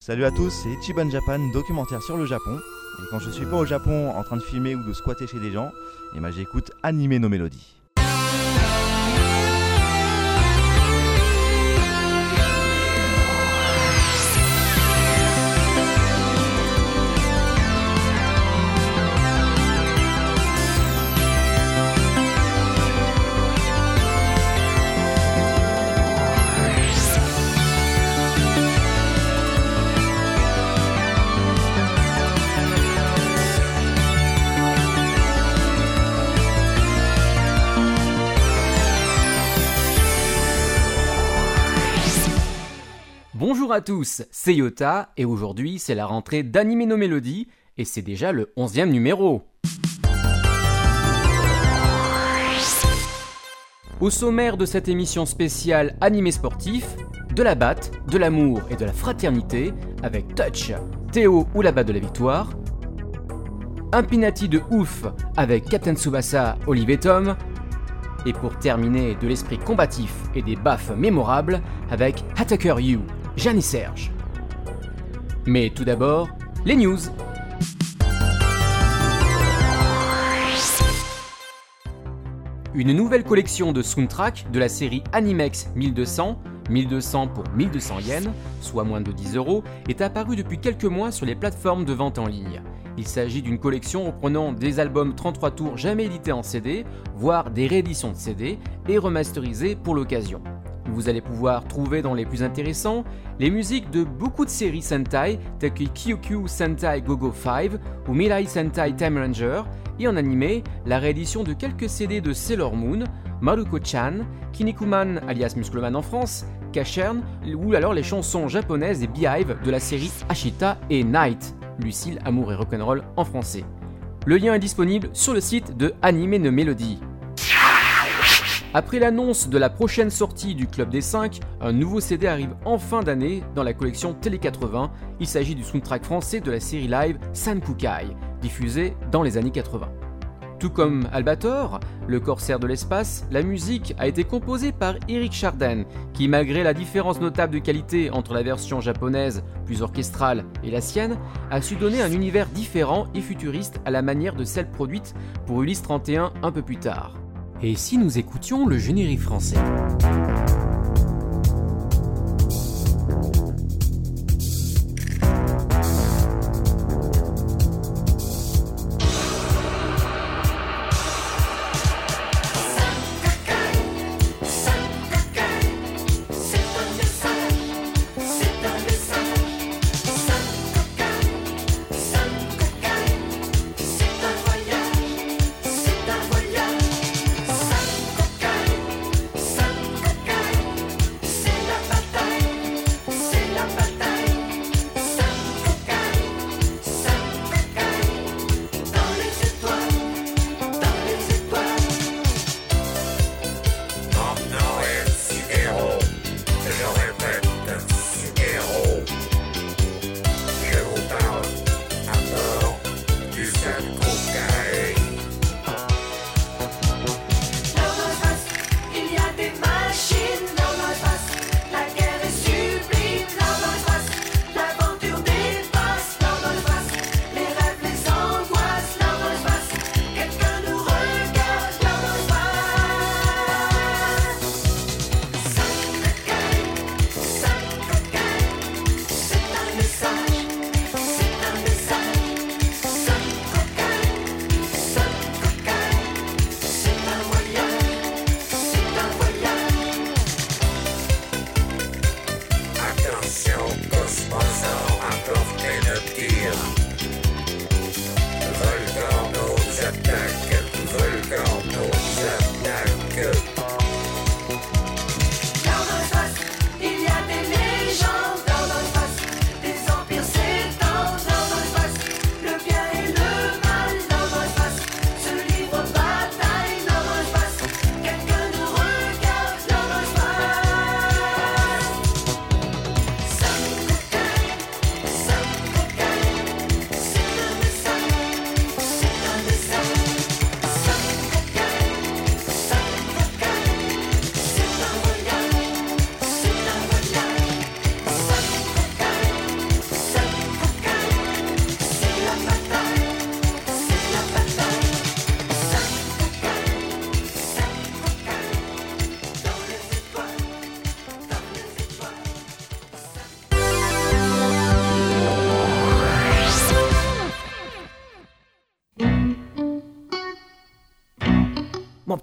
Salut à tous, c'est Ichiban Japan, documentaire sur le Japon. Et quand je suis pas au Japon en train de filmer ou de squatter chez des gens, j'écoute Animer nos mélodies. Bonjour à tous, c'est Yota et aujourd'hui c'est la rentrée d'Animer nos mélodies et c'est déjà le 11e numéro. Au sommaire de cette émission spéciale animé sportif, de la batte, de l'amour et de la fraternité avec Touch, Théo ou la batte de la victoire, un Pinati de ouf avec Captain Tsubasa, Olive et Tom, et pour terminer de l'esprit combatif et des baffes mémorables avec Attacker You, Jeanne et Serge. Mais tout d'abord, les news. Une nouvelle collection de soundtracks de la série Animex 1200, 1200 pour 1200 yens, soit moins de 10 €, est apparue depuis quelques mois sur les plateformes de vente en ligne. Il s'agit d'une collection reprenant des albums 33 tours jamais édités en CD, voire des rééditions de CD, et remasterisés pour l'occasion. Vous allez pouvoir trouver dans les plus intéressants les musiques de beaucoup de séries Sentai telles que Kyokyu Sentai Go-Go 5 ou Mirai Sentai Time Ranger, et en animé la réédition de quelques CD de Sailor Moon, Maruko-chan, Kinnikuman alias Muscleman en France, Kashern, ou alors les chansons japonaises et Beehive de la série Ashita et Night, Lucille, Amour et Rock'n'Roll en français. Le lien est disponible sur le site de Animer nos mélodies. Après l'annonce de la prochaine sortie du Club des 5, un nouveau CD arrive en fin d'année dans la collection Télé 80. Il s'agit du soundtrack français de la série live Sankukai, diffusée dans les années 80. Tout comme Albator, le corsaire de l'espace, la musique a été composée par Eric Chardin, qui malgré la différence notable de qualité entre la version japonaise, plus orchestrale, et la sienne, a su donner un univers différent et futuriste à la manière de celle produite pour Ulysse 31 un peu plus tard. Et si nous écoutions le générique français ?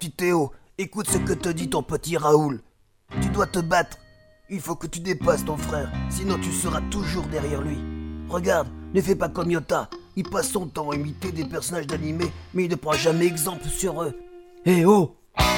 petit Théo, écoute ce que te dit ton petit Raoul. Tu dois te battre. Il faut que tu dépasses ton frère, sinon tu seras toujours derrière lui. Regarde, ne fais pas comme Yota. Il passe son temps à imiter des personnages d'animé, mais il ne prend jamais exemple sur eux. Hé oh!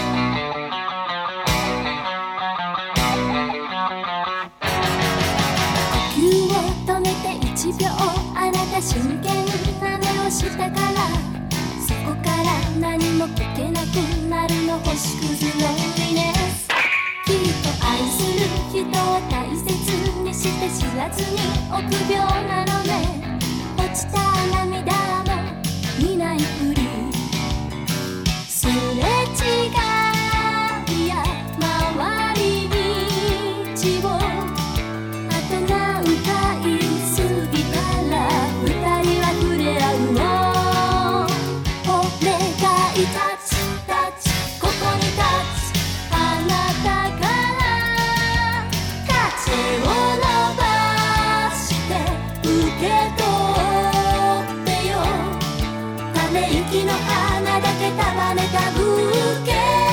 1秒あなた真剣な目をしたからそこから何も聞けなくなるの星屑ロンリネスきっと愛する人を大切にして知らずに臆病なのね落ちた涙も見ないふりすれ違いや回り道をあと何回過ぎたら二人は触れ合うのお願いタッチタッチここにタッチあなたから風を伸ばして受け取ってよため息の花だけ束ねたブーケ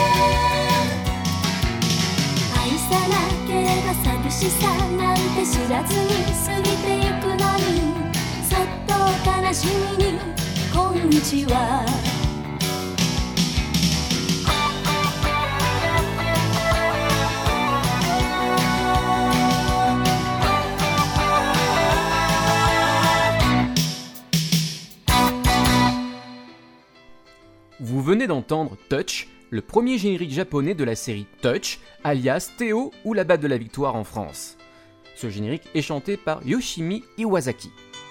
愛さなければ寂しさなんて知らずに過ぎてゆくのにそっと悲しみにこんにちは Vous venez d'entendre Touch, le premier générique japonais de la série Touch, alias Théo ou la batte de la victoire en France. Ce générique est chanté par Yoshimi Iwasaki.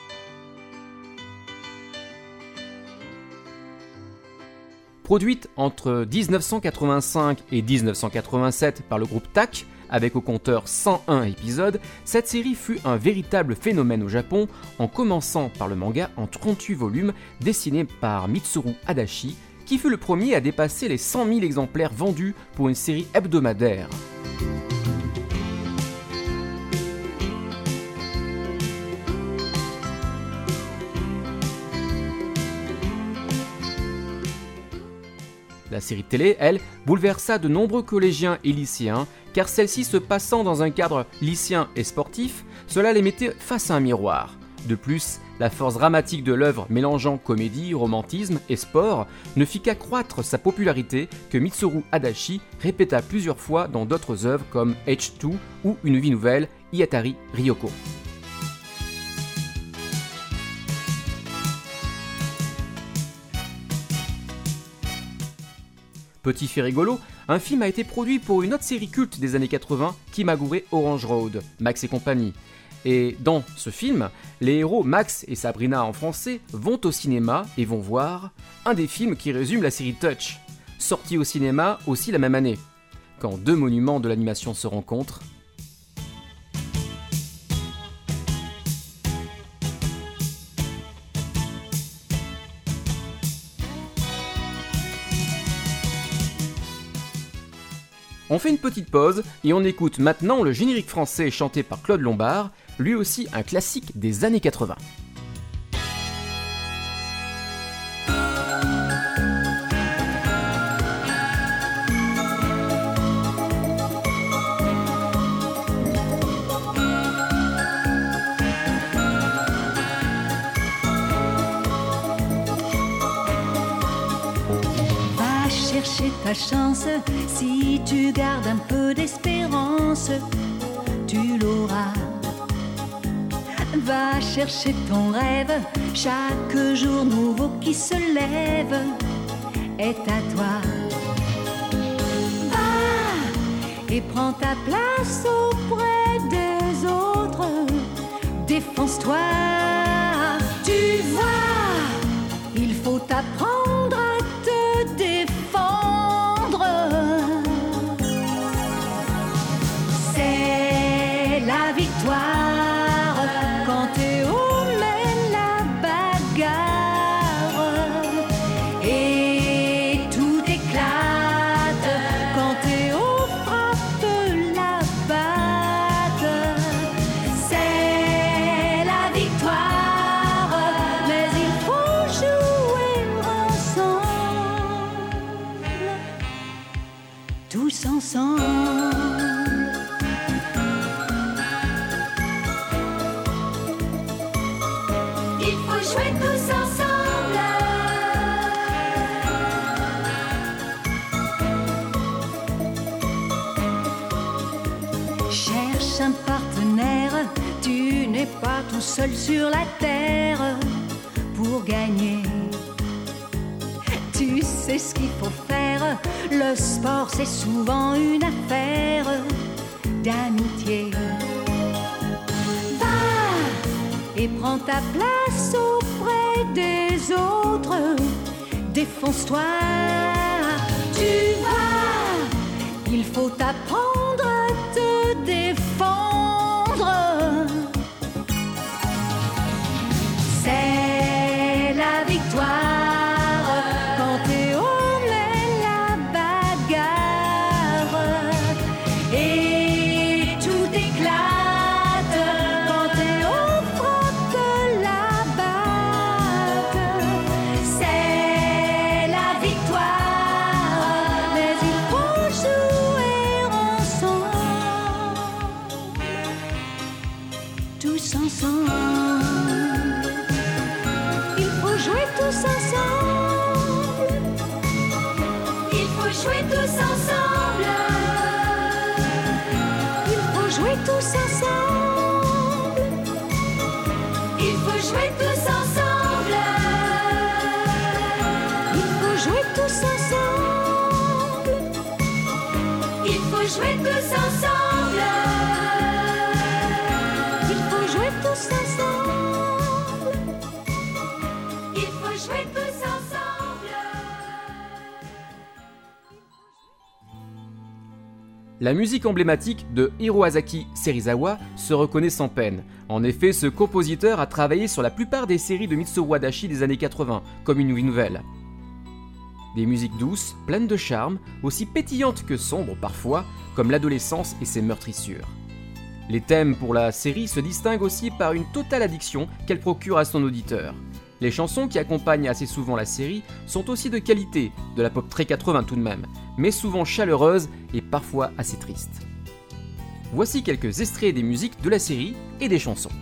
Produite entre 1985 et 1987 par le groupe TAC, avec au compteur 101 épisodes, cette série fut un véritable phénomène au Japon, en commençant par le manga en 38 volumes dessiné par Mitsuru Adachi, qui fut le premier à dépasser les 100 000 exemplaires vendus pour une série hebdomadaire. La série télé, elle, bouleversa de nombreux collégiens et lycéens, car celle-ci se passant dans un cadre lycéen et sportif, cela les mettait face à un miroir. De plus, la force dramatique de l'œuvre mélangeant comédie, romantisme et sport ne fit qu'accroître sa popularité que Mitsuru Adachi répéta plusieurs fois dans d'autres œuvres comme H2 ou Une vie nouvelle, Iatari Ryoko. Petit fait rigolo, un film a été produit pour une autre série culte des années 80, Kimagure Orange Road, Max et compagnie. Et dans ce film, les héros Max et Sabrina en français vont au cinéma et vont voir un des films qui résume la série Touch, sorti au cinéma aussi la même année. Quand deux monuments de l'animation se rencontrent, on fait une petite pause et on écoute maintenant le générique français chanté par Claude Lombard, lui aussi un classique des années 80. Chercher ta chance, si tu gardes un peu d'espérance, tu l'auras. Va chercher ton rêve, chaque jour nouveau qui se lève est à toi. Va et prends ta place auprès des autres, défonce-toi. Tu vois, il faut apprendre à te défendre. C'est la victoire quand Théo mène la bagarre et tout éclate quand Théo frappe la batte. C'est la victoire. jouer tous ensemble. Cherche un partenaire, tu n'es pas tout seul sur la terre pour gagner. Tu sais ce qu'il faut faire, le sport c'est souvent une affaire d'amitié. Va et prends ta place auprès des autres, défonce-toi, tu vas, il faut apprendre à te défendre. C'est la victoire. Tous ensemble, il faut jouer tous ensemble. Il faut jouer tous ensemble. Il faut jouer tous ensemble. Il faut jouer tous ensemble. Il faut jouer tous ensemble. Il faut jouer tous ensemble. Tous ensemble, il faut jouer tous ensemble. La musique emblématique de Hiroazaki Serizawa se reconnaît sans peine. En effet, ce compositeur a travaillé sur la plupart des séries de Mitsuru Adachi des années 80, comme Une Vie Nouvelle. Des musiques douces, pleines de charme, aussi pétillantes que sombres parfois, comme l'adolescence et ses meurtrissures. Les thèmes pour la série se distinguent aussi par une totale addiction qu'elle procure à son auditeur. Les chansons qui accompagnent assez souvent la série sont aussi de qualité, de la pop très 80 tout de même, mais souvent chaleureuses et parfois assez tristes. Voici quelques extraits des musiques de la série et des chansons.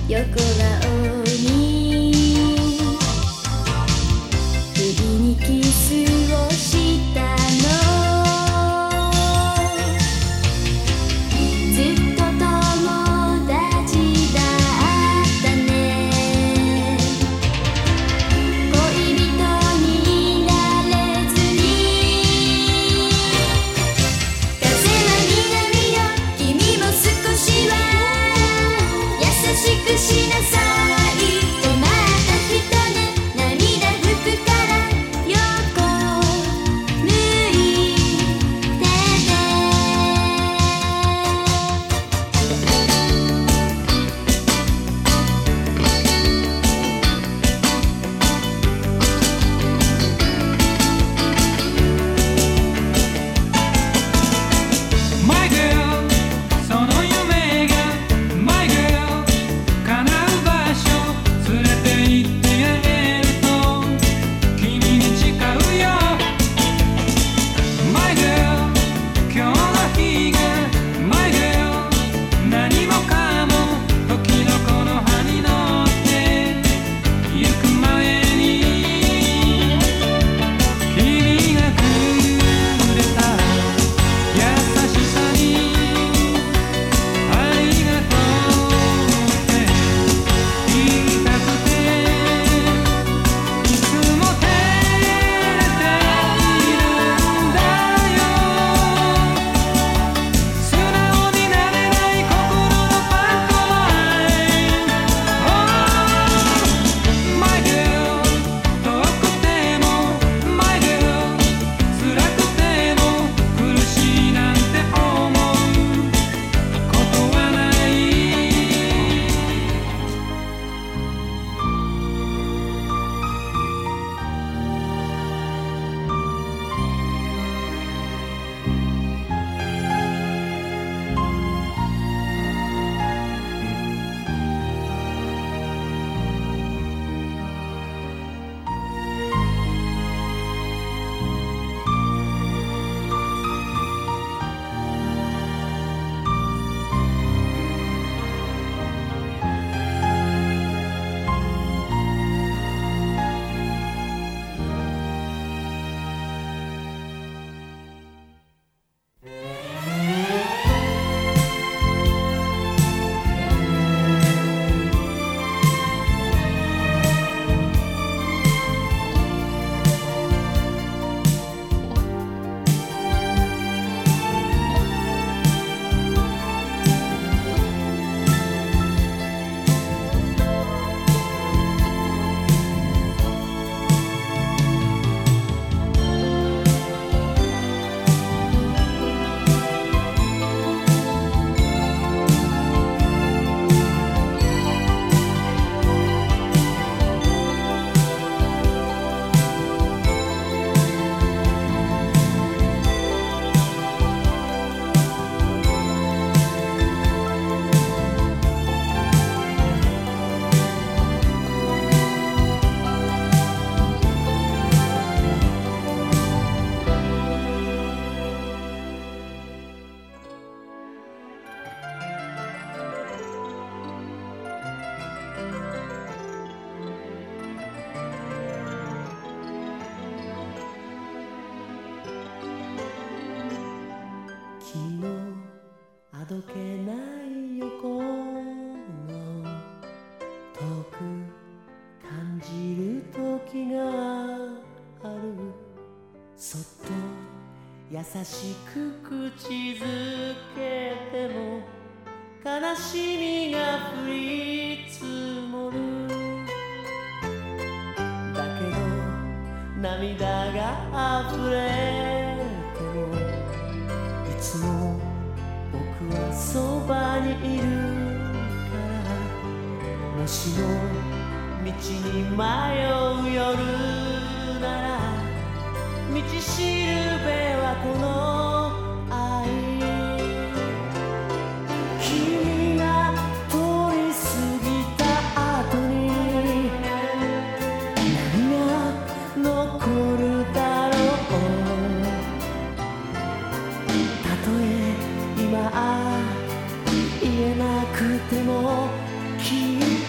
横顔に首にキスをしたのしなさいとまた一目涙拭くから横向いてて My girl その夢が My girl 叶う場所連れて行ってあげると君に誓うよ My girl 今日の日が My girl 何もかも時のこの葉に乗って行く前に君がくれた優しさにありがとうって言いたくていつも照れているんだよ素直になれない心のパントマイム Oh My girl 遠くても My girl 辛くても苦しいなんて思うことはない気のあどけない横顔遠く感じる時があるそっと優しく口づけても悲しみが降り積もるだけど涙が溢れてもいつも僕はそばにいるからもしも道に迷う夜なら道しるべはこの愛君が通り過ぎた後に何が残るだろうたとえ今言えなくてもきっと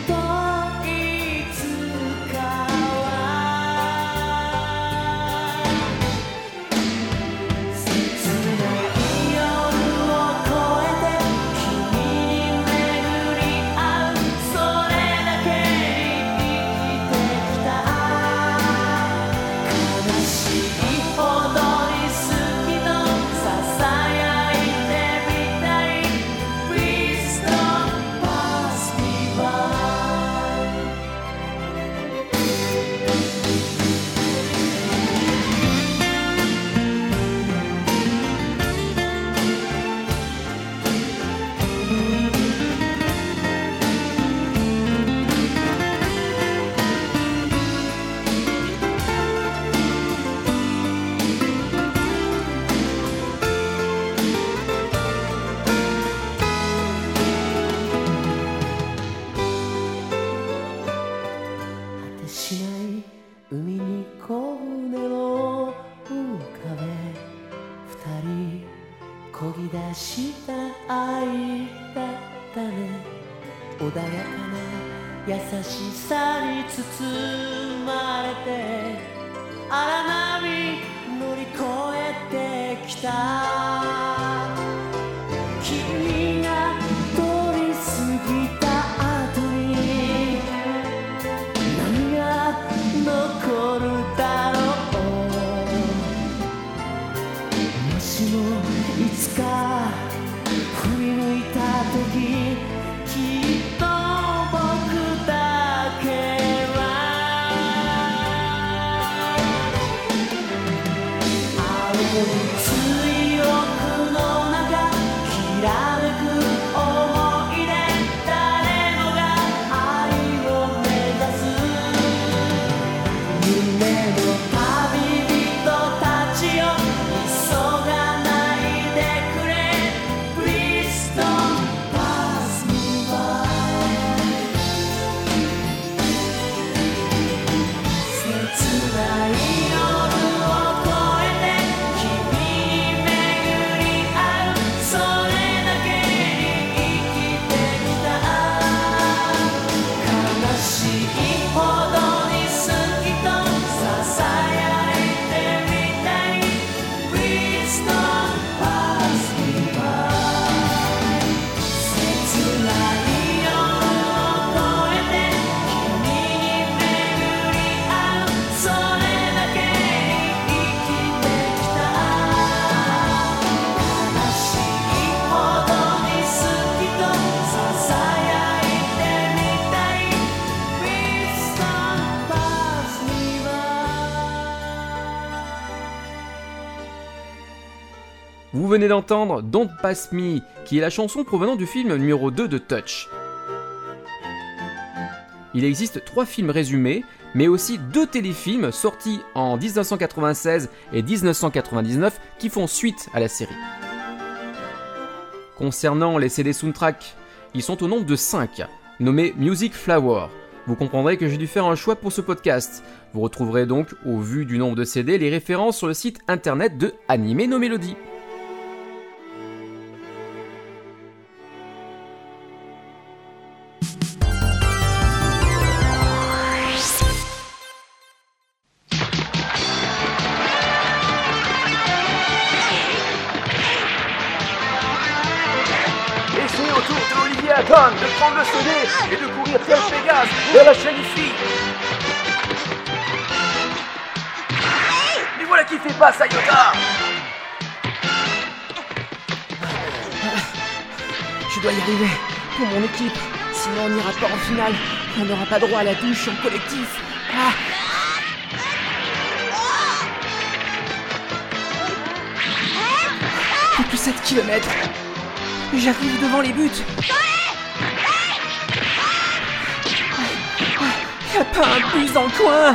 優しさに包まれて荒波乗り越えてきた君が通り過ぎた後に何が残るだろうもしもいつか振り向いた時きっと僕だけは青い追憶の中きらめく想い出誰もが愛を目指す夢の旅人たちよ急がないでくれ Please don't pass me by 切ない夜を越えて君に巡り合うそれだけに生きてきた悲しいほどに好きと囁いてみたい Please don't pass me by 切ない夜を越えて君に巡り合うそれだけに生きてきた悲しいほどに好きと囁いてみたい Please don't pass me by Vous venez d'entendre Don't Pass Me, qui est la chanson provenant du film numéro 2 de Touch. Il existe 3 films résumés, mais aussi 2 téléfilms sortis en 1996 et 1999 qui font suite à la série. Concernant les CD soundtrack, ils sont au nombre de 5, nommés Music Flower. Vous comprendrez que j'ai dû faire un choix pour ce podcast. Vous retrouverez donc, au vu du nombre de CD, les références sur le site internet de Anime no Melody. Laissez autour de Olivier Hatton de prendre le CD et de courir tel Pégase vers la chaîne ici. Mais voilà qui fait pas Sayota. Je dois y arriver pour mon équipe, sinon on n'ira pas en finale. On n'aura pas droit à la douche en collectif. Ah. Plus 7 km. J'arrive devant les buts. Y a pas un bus dans le coin.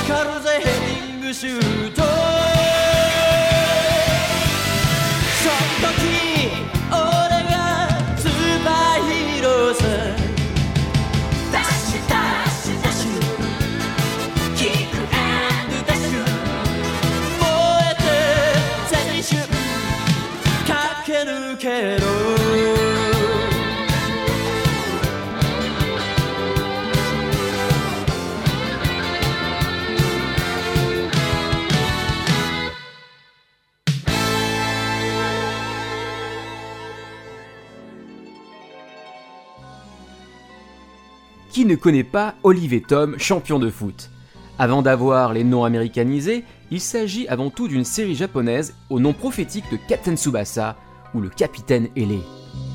かるぜヘディングシュートその時俺がスーパーヒーローさダッシュダッシュダッシュキックアンドダッシュ燃えて青春駆け抜けろ Qui ne connaît pas Olive et Tom, champion de foot? Avant d'avoir les noms américanisés, il s'agit avant tout d'une série japonaise au nom prophétique de Captain Tsubasa, ou le capitaine ailé.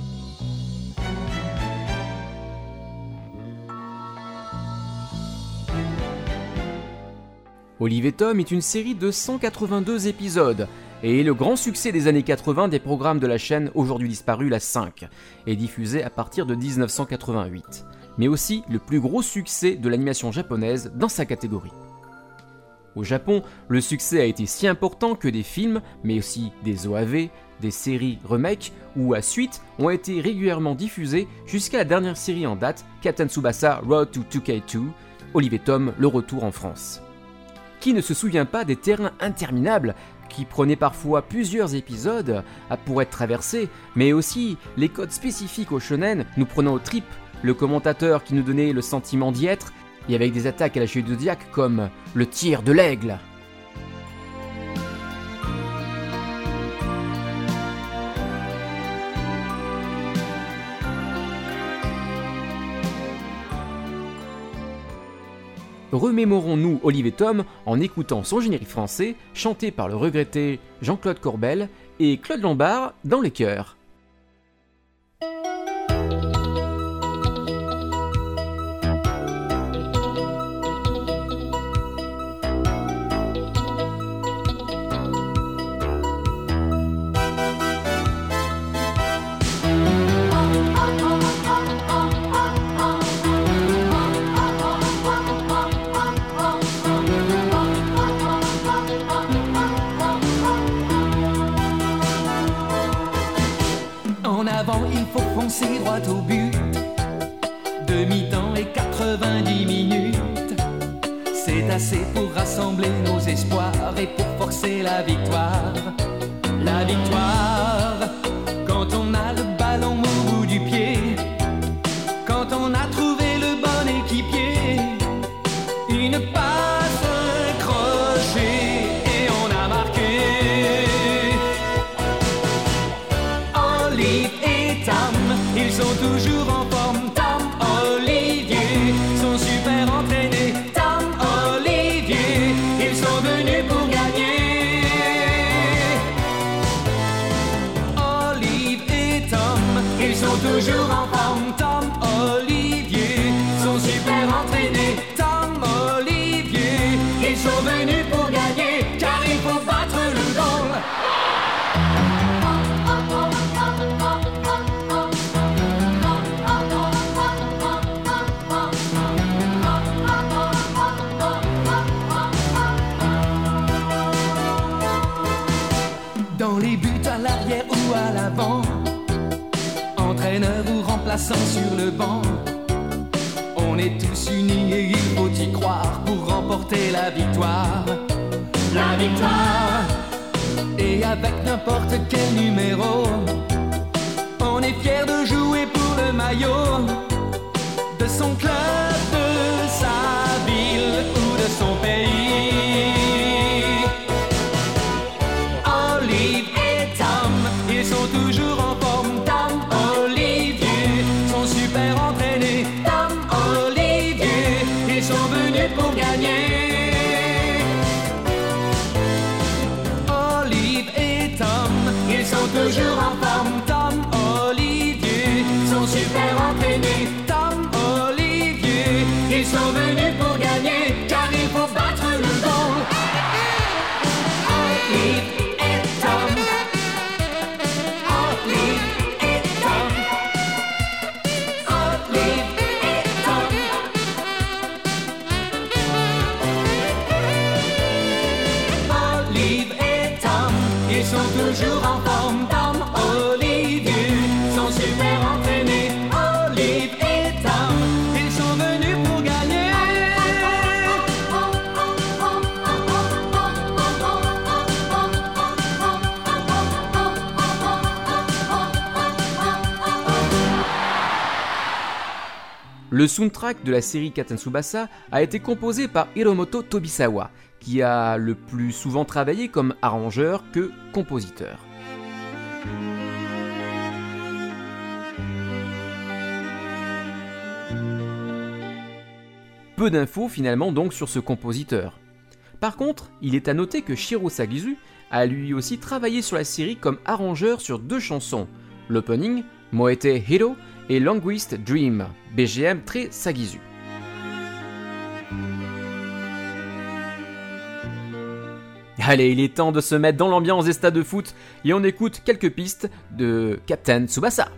Olive et Tom est une série de 182 épisodes, et est le grand succès des années 80 des programmes de la chaîne aujourd'hui disparue, la 5, et diffusée à partir de 1988. Mais aussi le plus gros succès de l'animation japonaise dans sa catégorie. Au Japon, le succès a été si important que des films, mais aussi des OAV, des séries remakes ou à suite ont été régulièrement diffusés jusqu'à la dernière série en date, Captain Tsubasa Road to 2K2, Olive et Tom, le retour en France. Qui ne se souvient pas des terrains interminables qui prenaient parfois plusieurs épisodes pour être traversés, mais aussi les codes spécifiques au shonen nous prenant aux tripes, le commentateur qui nous donnait le sentiment d'y être, et avec des attaques à la cheville de Zodiac comme le tir de l'aigle. Remémorons-nous Olive et Tom en écoutant son générique français, chanté par le regretté Jean-Claude Corbel et Claude Lombard dans les chœurs. C'est droit au but, demi-temps et 90 minutes. C'est assez pour rassembler nos espoirs et pour forcer la victoire. La victoire, quand on a le ballon au bout du pied, quand on a trouvé le bon équipier, une passe, un crochet et on a marqué. Olive et Tom, ils sont toujours en forme. Tom, Olivier, sont super entraînés. Tom, Olivier, ils sont venus pour gagner. Olive et Tom, ils sont toujours en forme. Tom, Olivier, sont super entraînés. Tom, Olivier, ils sont venus pour gagner, car il faut battre le goal. Dans les buts à l'arrière ou à l'avant, entraîneur ou remplaçant sur le banc, on est tous unis et il faut y croire pour remporter la victoire. La victoire, et avec n'importe quel numéro, on est fiers de jouer pour le maillot de son club, de sa ville ou de son pays. Olive et Tom, ils sont toujours en forme. Tom, Olivier, sont super entraînés. Tom, Olivier, ils sont venus pour gagner. Olive et Tom, ils sont toujours en forme. Tom, Olivier, sont super entraînés. Tom, Olivier, ils sont venus pour gagner, car il faut battre le goal. Olive et Tom, Olive et Tom, Olive et Tom. toujours en forme Tom, Olivier sont super entraînés. Olive et Tom, ils sont venus pour gagner. Le soundtrack de la série Katen Tsubasa a été composé par Hiromoto Tobisawa, qui a le plus souvent travaillé comme arrangeur que compositeur. Peu d'infos finalement donc sur ce compositeur. Par contre, il est à noter que Shiro Sagisu a lui aussi travaillé sur la série comme arrangeur sur 2 chansons, l'opening Moete Hiro et Linguist Dream, BGM très Sagisu. Allez, il est temps de se mettre dans l'ambiance des stades de foot et on écoute quelques pistes de Katen Tsubasa.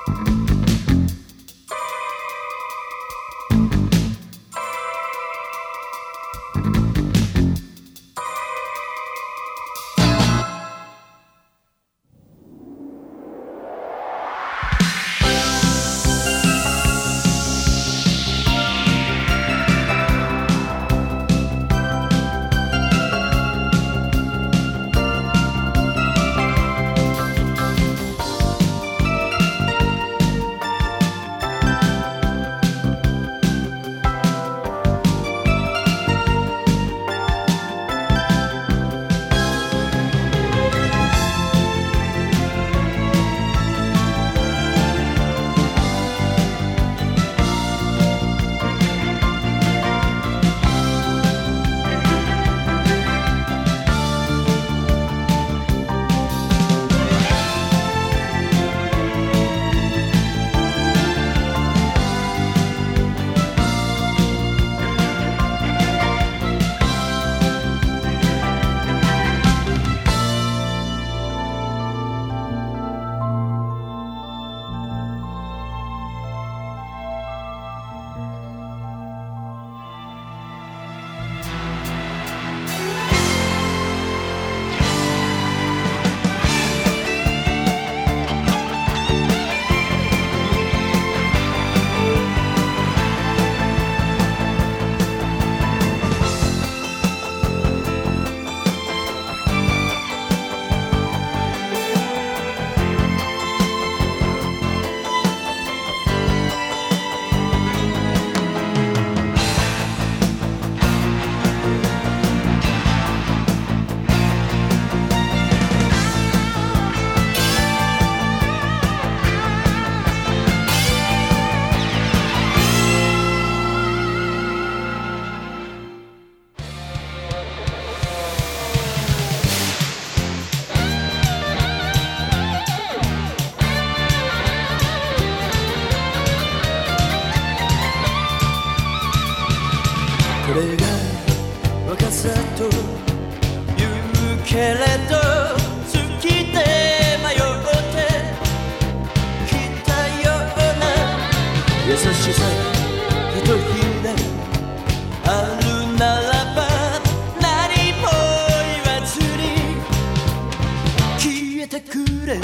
これが若さと言うけれど好きで迷ってきたような優しさひとひらあるならば何も言わずに消えてくれ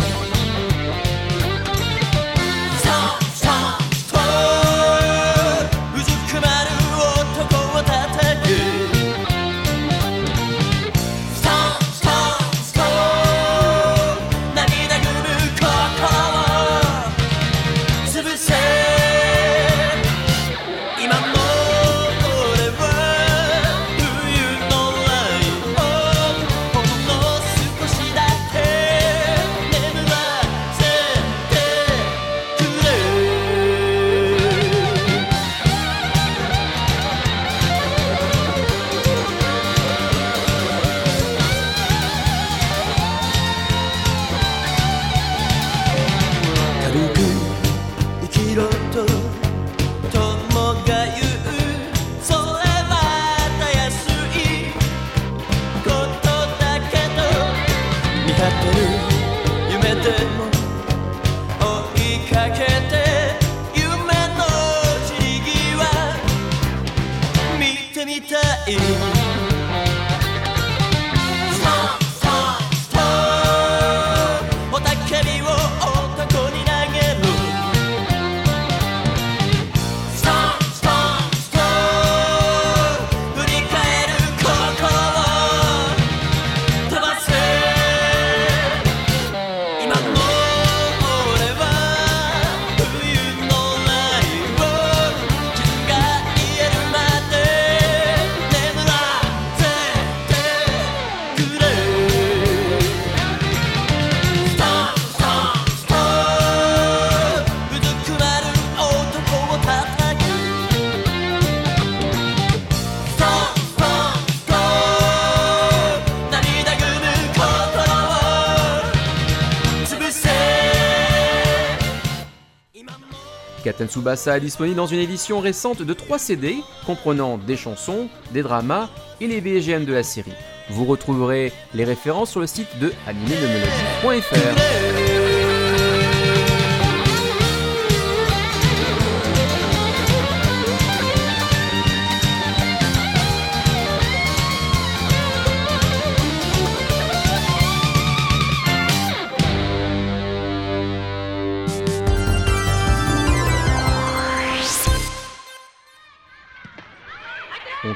Katen Tsubasa est disponible dans une édition récente de 3 CD, comprenant des chansons, des dramas et les BGM de la série. Vous retrouverez les références sur le site de animedemelody.fr.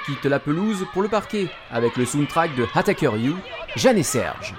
quitte la pelouse pour le parquet avec le soundtrack de Attacker You, Jeanne et Serge.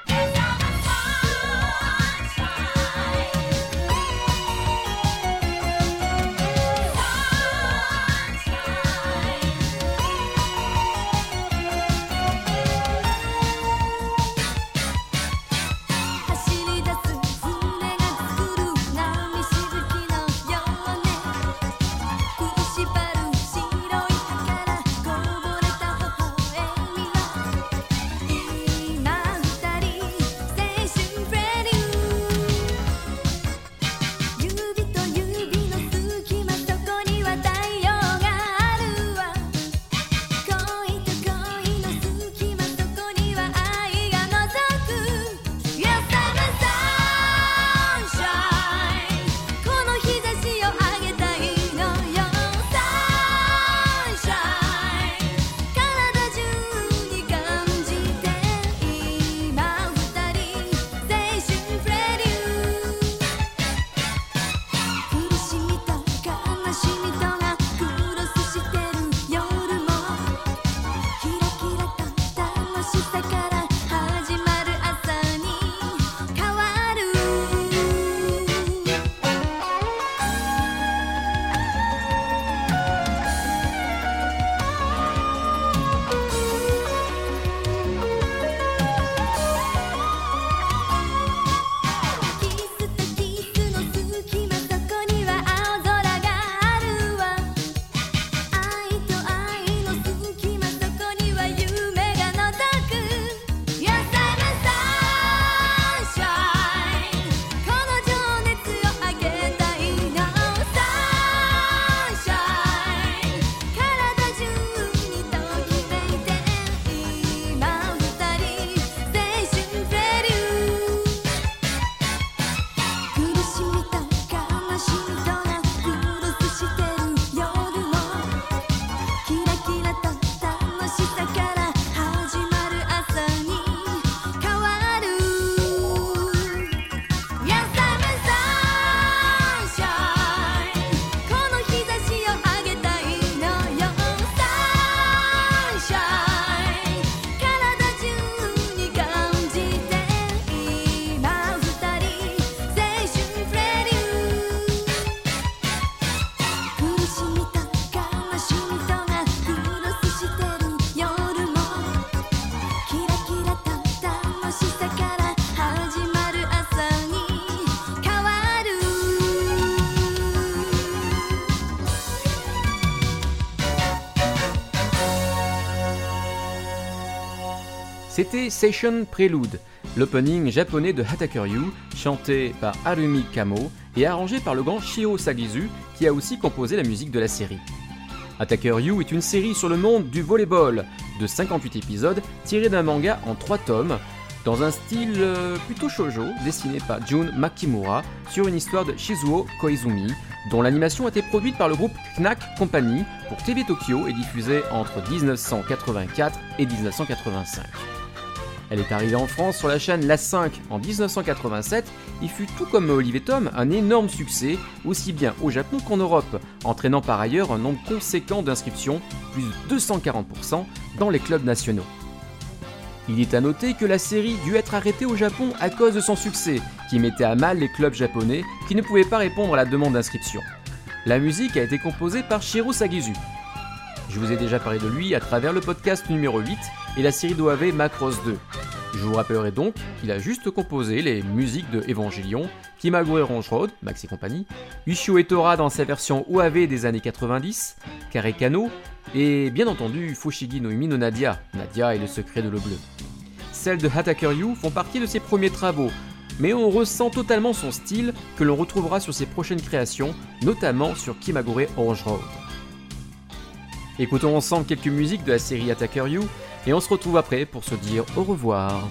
C'était Session Prelude, l'opening japonais de Attacker You, chanté par Harumi Kamo et arrangé par le grand Shio Sagizu, qui a aussi composé la musique de la série. Attacker You est une série sur le monde du volleyball, de 58 épisodes tirés d'un manga en 3 tomes, dans un style plutôt shoujo, dessiné par Jun Makimura sur une histoire de Shizuo Koizumi, dont l'animation a été produite par le groupe Knack Company pour TV Tokyo et diffusée entre 1984 et 1985. Elle est arrivée en France sur la chaîne La 5 en 1987 et fut tout comme Olive & Tom un énorme succès, aussi bien au Japon qu'en Europe, entraînant par ailleurs un nombre conséquent d'inscriptions, plus de 240% dans les clubs nationaux. Il est à noter que la série dut être arrêtée au Japon à cause de son succès, qui mettait à mal les clubs japonais qui ne pouvaient pas répondre à la demande d'inscription. La musique a été composée par Shiro Sagizu. Je vous ai déjà parlé de lui à travers le podcast numéro 8 et la série d'OAV Macross 2. Je vous rappellerai donc qu'il a juste composé les musiques de Evangelion, Kimagure Orange Road, Max et compagnie, Ushio Etora dans sa version OAV des années 90, Karekano, et bien entendu Fushigi no Imi no Nadia, Nadia et le secret de l'eau bleue. Celles de Attacker You font partie de ses premiers travaux, mais on ressent totalement son style que l'on retrouvera sur ses prochaines créations, notamment sur Kimagure Orange Road. Écoutons ensemble quelques musiques de la série Attacker You, et on se retrouve après pour se dire au revoir.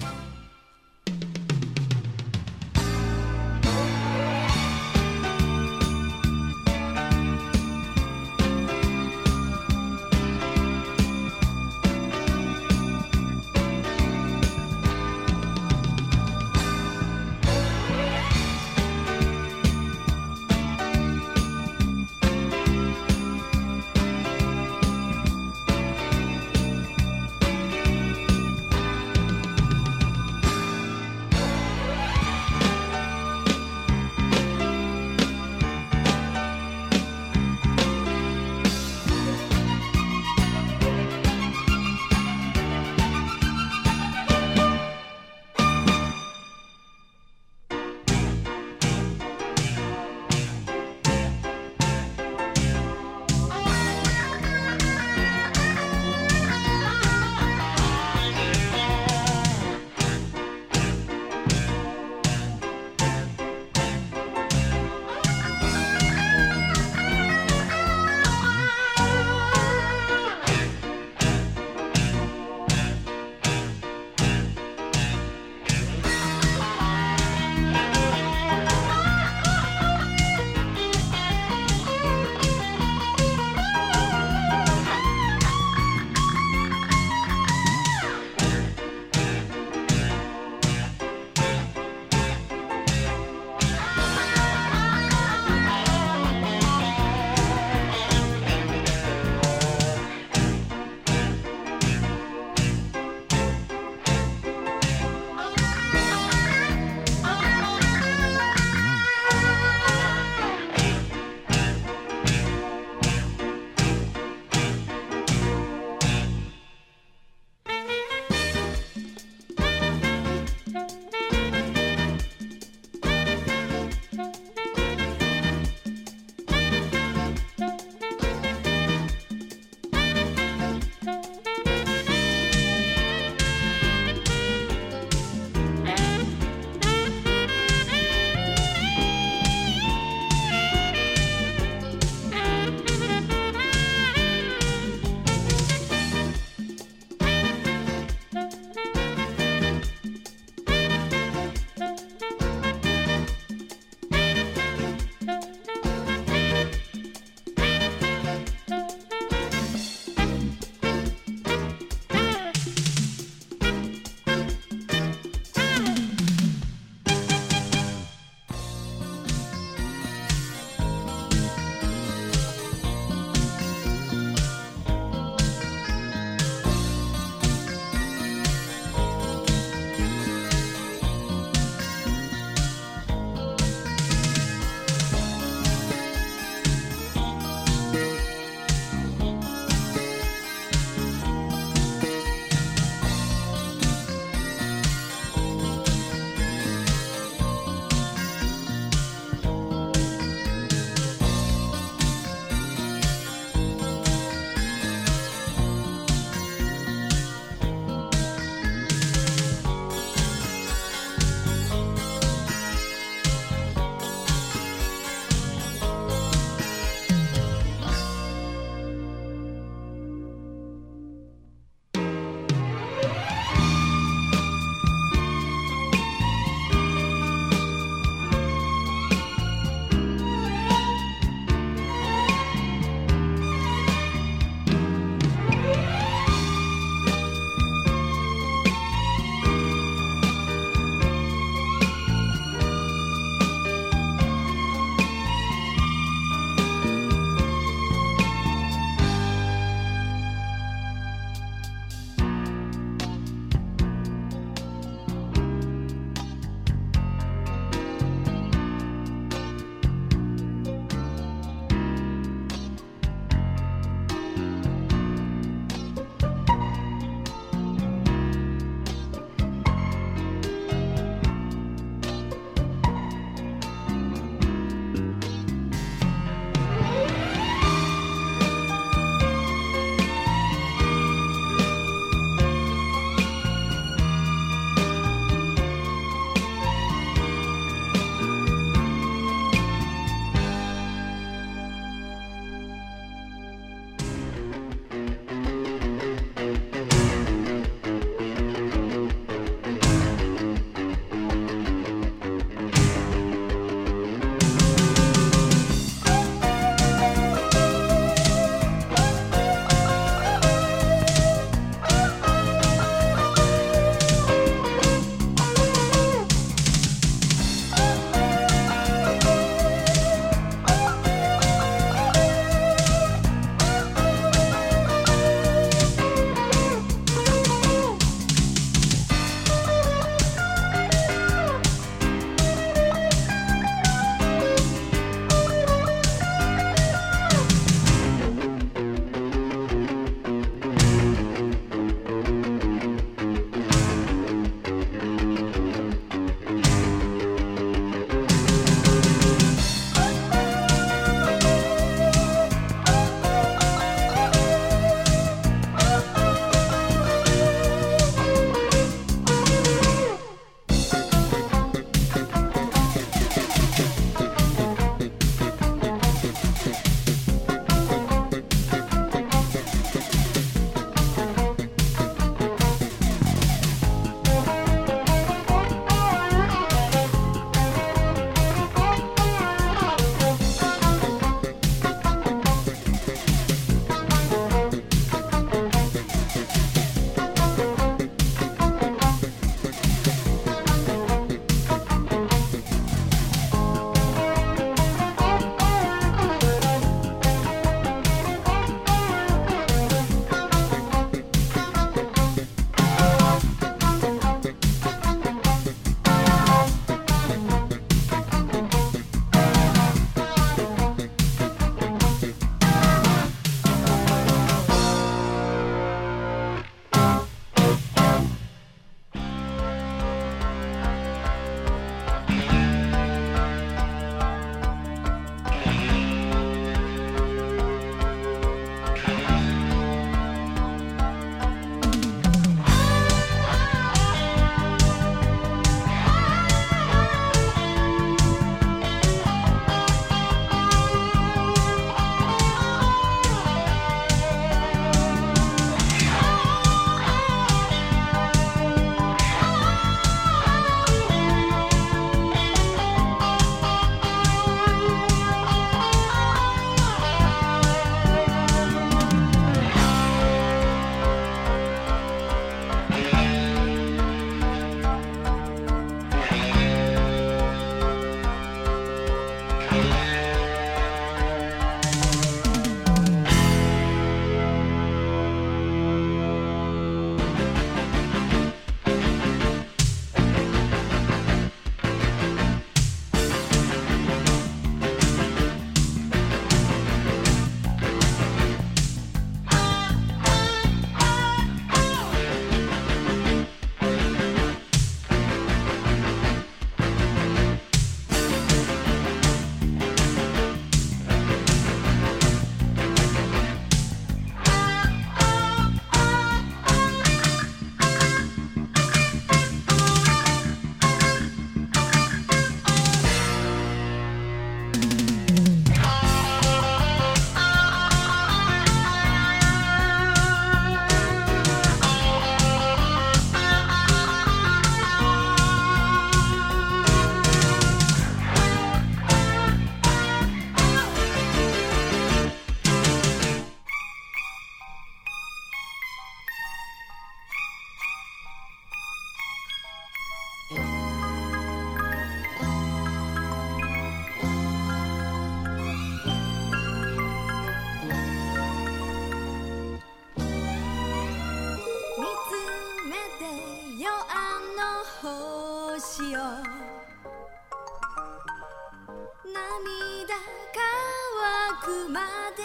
涙乾くまで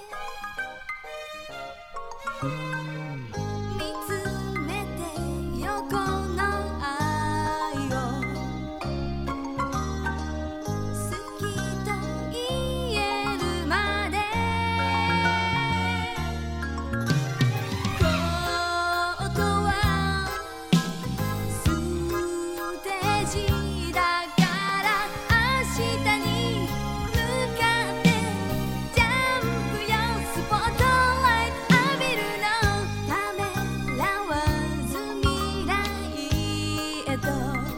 見つめて横の愛を好きと言えるまでここはステージだから明日に向かってジャンプよスポットライト浴びるのためらわず未来へと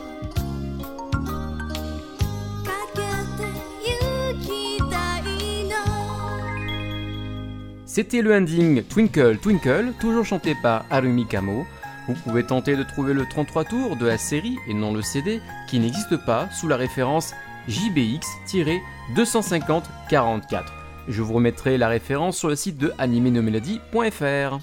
かけて行きたいの C'était le ending Twinkle Twinkle, toujours chanté par Harumi Kamo. Vous pouvez tenter de trouver le 33 tours de la série et non le CD qui n'existe pas sous la référence JBX-25044. Je vous remettrai la référence sur le site de animenomelody.fr.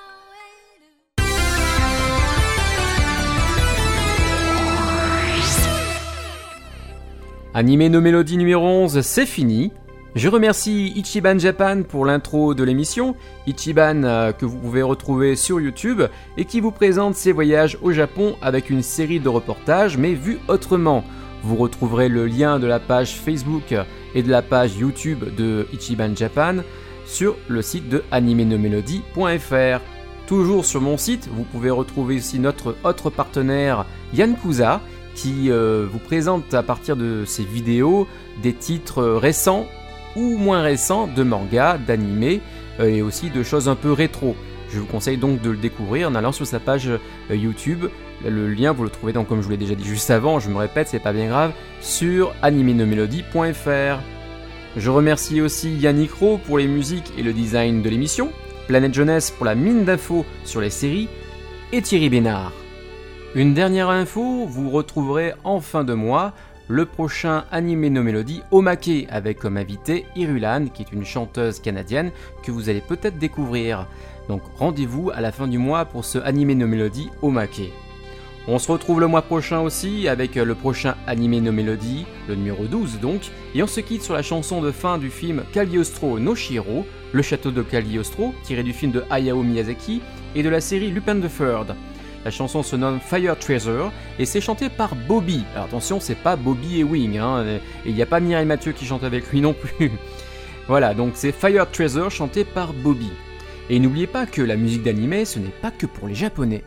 Anime no Melody numéro 11, c'est fini. Je remercie Ichiban Japan pour l'intro de l'émission, Ichiban que vous pouvez retrouver sur YouTube et qui vous présente ses voyages au Japon avec une série de reportages mais vus autrement. Vous retrouverez le lien de la page Facebook et de la page YouTube de Ichiban Japan sur le site de animenomelody.fr. Toujours sur mon site, vous pouvez retrouver aussi notre autre partenaire Yankuza qui vous présente à partir de ses vidéos des titres récents ou moins récents de manga, d'anime et aussi de choses un peu rétro. Je vous conseille donc de le découvrir en allant sur sa page YouTube. Le lien, vous le trouvez donc, comme je vous l'ai déjà dit juste avant, je me répète, c'est pas bien grave, sur animenomelody.fr. Je remercie aussi Yannick Rowe pour les musiques et le design de l'émission, Planète Jeunesse pour la mine d'infos sur les séries, et Thierry Bénard. Une dernière info, vous retrouverez en fin de mois le prochain Anime no Melody Omake avec comme invité Irulan qui est une chanteuse canadienne que vous allez peut-être découvrir. Donc rendez-vous à la fin du mois pour ce Anime no Melody Omake. On se retrouve le mois prochain aussi avec le prochain Anime no Melody, le numéro 12 donc, et on se quitte sur la chanson de fin du film Cagliostro no Shiro, le château de Cagliostro, tiré du film de Hayao Miyazaki et de la série Lupin the Third. La chanson se nomme Fire Treasure et c'est chanté par Bobby. Alors attention, c'est pas Bobby et Wing, hein, et il n'y a pas Mireille Mathieu qui chante avec lui non plus. Voilà, donc c'est Fire Treasure chanté par Bobby. Et n'oubliez pas que la musique d'anime, ce n'est pas que pour les Japonais.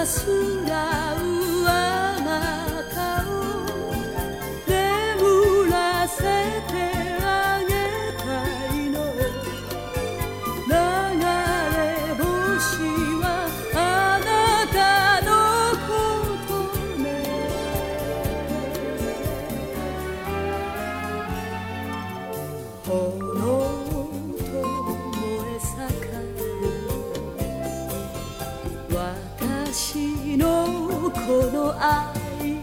すらうあなたを眠らせてあげたいの。流れ星はあなたのことね。炎と燃え盛る私のこの愛、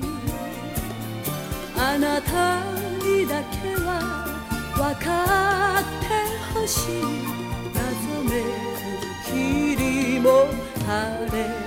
あなたにだけは分かってほしい。謎めく霧も晴れ